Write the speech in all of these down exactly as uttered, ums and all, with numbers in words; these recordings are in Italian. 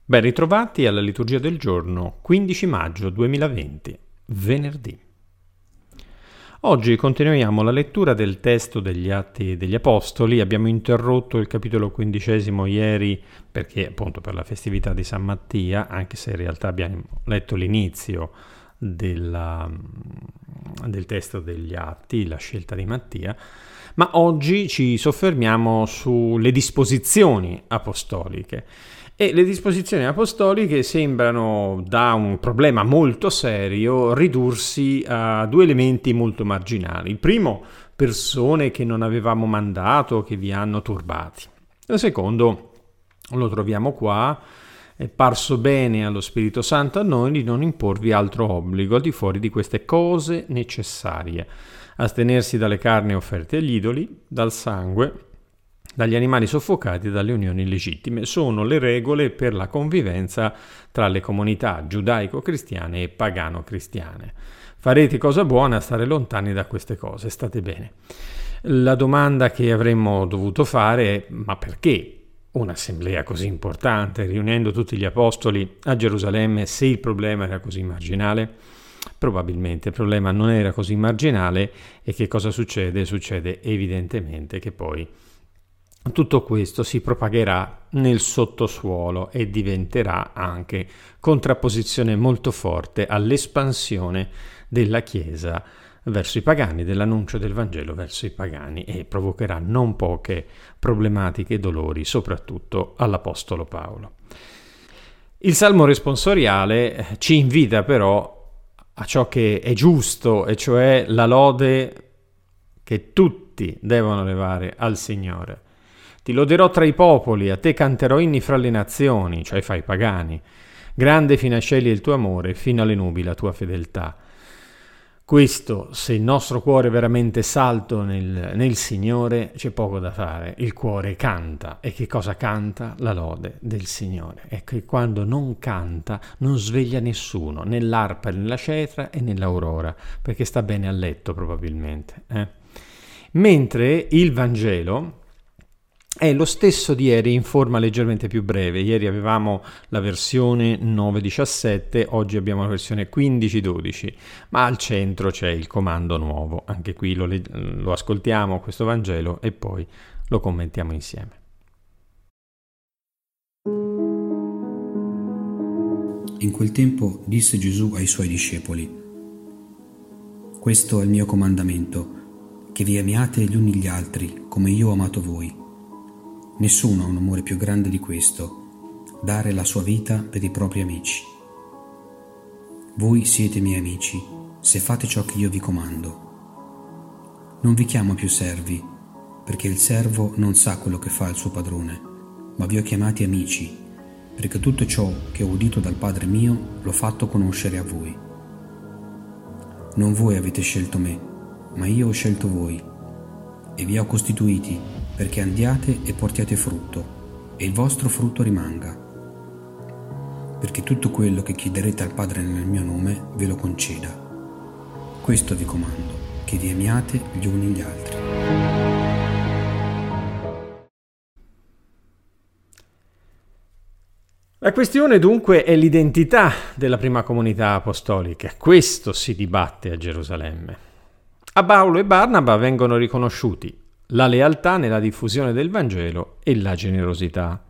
Ben ritrovati alla liturgia del giorno quindici maggio duemilaventi, venerdì. Oggi continuiamo la lettura del testo degli Atti degli Apostoli. Abbiamo interrotto il capitolo quindicesimo ieri perché appunto per la festività di San Mattia, anche se in realtà abbiamo letto l'inizio della, del testo degli Atti, la scelta di Mattia, ma oggi ci soffermiamo sulle disposizioni apostoliche. E le disposizioni apostoliche sembrano, da un problema molto serio, ridursi a due elementi molto marginali. Il primo, persone che non avevamo mandato, che vi hanno turbati. Il secondo, lo troviamo qua, è parso bene allo Spirito Santo a noi di non imporvi altro obbligo al di fuori di queste cose necessarie: astenersi dalle carni offerte agli idoli, dal sangue, dagli animali soffocati e dalle unioni illegittime. Sono le regole per la convivenza tra le comunità giudaico-cristiane e pagano-cristiane. Farete cosa buona a stare lontani da queste cose, state bene. La domanda che avremmo dovuto fare è: ma perché un'assemblea così importante, riunendo tutti gli apostoli a Gerusalemme, se il problema era così marginale? Probabilmente il problema non era così marginale. E che cosa succede? Succede evidentemente che poi tutto questo si propagherà nel sottosuolo e diventerà anche contrapposizione molto forte all'espansione della Chiesa verso i pagani, dell'annuncio del Vangelo verso i pagani, e provocherà non poche problematiche e dolori, soprattutto all'Apostolo Paolo. Il Salmo responsoriale ci invita però a ciò che è giusto, e cioè la lode che tutti devono levare al Signore. Ti loderò tra i popoli, a te canterò inni fra le nazioni, cioè fra i pagani. Grande fino ai cieli è il tuo amore, fino alle nubi la tua fedeltà. Questo, se il nostro cuore è veramente saldo nel, nel Signore, c'è poco da fare. Il cuore canta. E che cosa canta? La lode del Signore. E che quando non canta non sveglia nessuno, né l'arpa, né la cetra e né l'aurora, perché sta bene a letto probabilmente. Eh? Mentre il Vangelo è lo stesso di ieri in forma leggermente più breve. Ieri avevamo la versione nove diciassette, oggi abbiamo la versione quindici dodici, ma al centro c'è il comando nuovo. Anche qui lo, lo ascoltiamo, questo Vangelo, e poi lo commentiamo insieme. In quel tempo disse Gesù ai suoi discepoli: questo è il mio comandamento, che vi amiate gli uni gli altri come io ho amato voi. Nessuno ha un amore più grande di questo, dare la sua vita per i propri amici. Voi siete miei amici se fate ciò che io vi comando. Non vi chiamo più servi, perché il servo non sa quello che fa il suo padrone, ma vi ho chiamati amici, perché tutto ciò che ho udito dal Padre mio l'ho fatto conoscere a voi. Non voi avete scelto me, ma io ho scelto voi, e vi ho costituiti perché andiate e portiate frutto, e il vostro frutto rimanga, perché tutto quello che chiederete al Padre nel mio nome ve lo conceda. Questo vi comando, che vi amiate gli uni gli altri. La questione dunque è l'identità della prima comunità apostolica. Questo si dibatte a Gerusalemme. A Paolo e Barnaba vengono riconosciuti la lealtà nella diffusione del Vangelo e la generosità.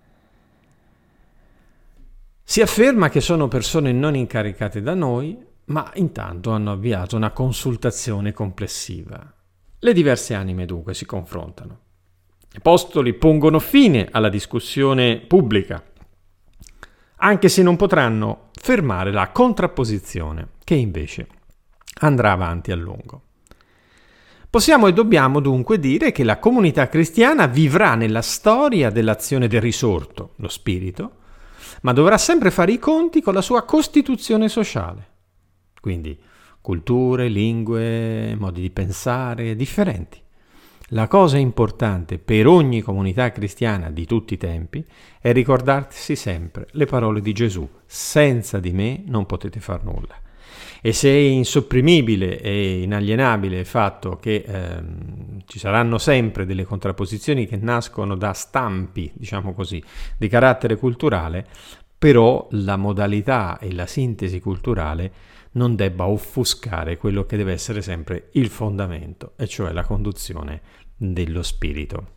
Si afferma che sono persone non incaricate da noi, ma intanto hanno avviato una consultazione complessiva. Le diverse anime dunque si confrontano. Gli apostoli pongono fine alla discussione pubblica, anche se non potranno fermare la contrapposizione che invece andrà avanti a lungo. Possiamo e dobbiamo dunque dire che la comunità cristiana vivrà nella storia dell'azione del risorto, lo Spirito, ma dovrà sempre fare i conti con la sua costituzione sociale. Quindi culture, lingue, modi di pensare differenti. La cosa importante per ogni comunità cristiana di tutti i tempi è ricordarsi sempre le parole di Gesù: senza di me non potete far nulla. E se è insopprimibile e inalienabile il fatto che ehm, ci saranno sempre delle contrapposizioni che nascono da stampi, diciamo così, di carattere culturale, però la modalità e la sintesi culturale non debba offuscare quello che deve essere sempre il fondamento, e cioè la conduzione dello spirito.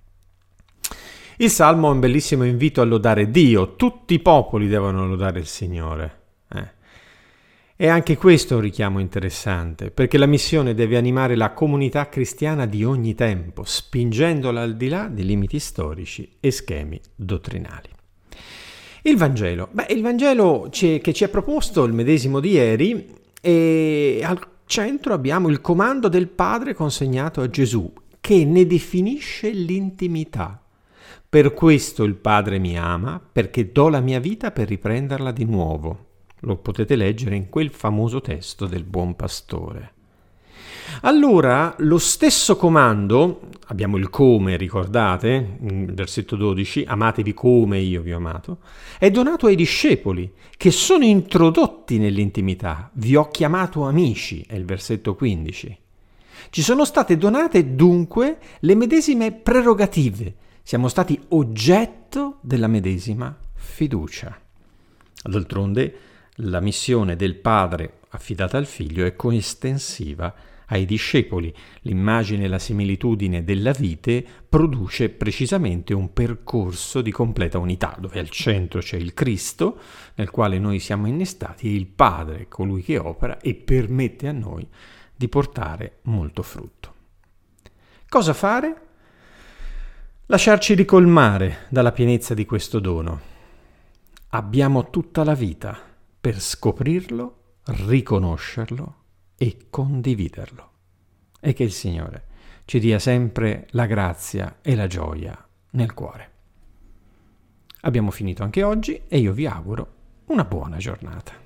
Il Salmo è un bellissimo invito a lodare Dio, tutti i popoli devono lodare il Signore. Eh. E anche questo è un richiamo interessante, perché la missione deve animare la comunità cristiana di ogni tempo, spingendola al di là di limiti storici e schemi dottrinali. Il Vangelo. Beh, il Vangelo ci, che ci è proposto il medesimo di ieri, e al centro abbiamo il comando del Padre consegnato a Gesù, che ne definisce l'intimità. Per questo il Padre mi ama, perché do la mia vita per riprenderla di nuovo. Lo potete leggere in quel famoso testo del Buon Pastore. Allora, lo stesso comando, abbiamo il come, ricordate, versetto dodici, amatevi come io vi ho amato, è donato ai discepoli, che sono introdotti nell'intimità. Vi ho chiamato amici, è il versetto quindici. Ci sono state donate dunque le medesime prerogative. Siamo stati oggetto della medesima fiducia. D'altronde, la missione del Padre affidata al Figlio è coestensiva ai discepoli. L'immagine e la similitudine della vite produce precisamente un percorso di completa unità, dove al centro c'è il Cristo, nel quale noi siamo innestati, e il Padre, colui che opera e permette a noi di portare molto frutto. Cosa fare? Lasciarci ricolmare dalla pienezza di questo dono. Abbiamo tutta la vita per scoprirlo, riconoscerlo e condividerlo. E che il Signore ci dia sempre la grazia e la gioia nel cuore. Abbiamo finito anche oggi e io vi auguro una buona giornata.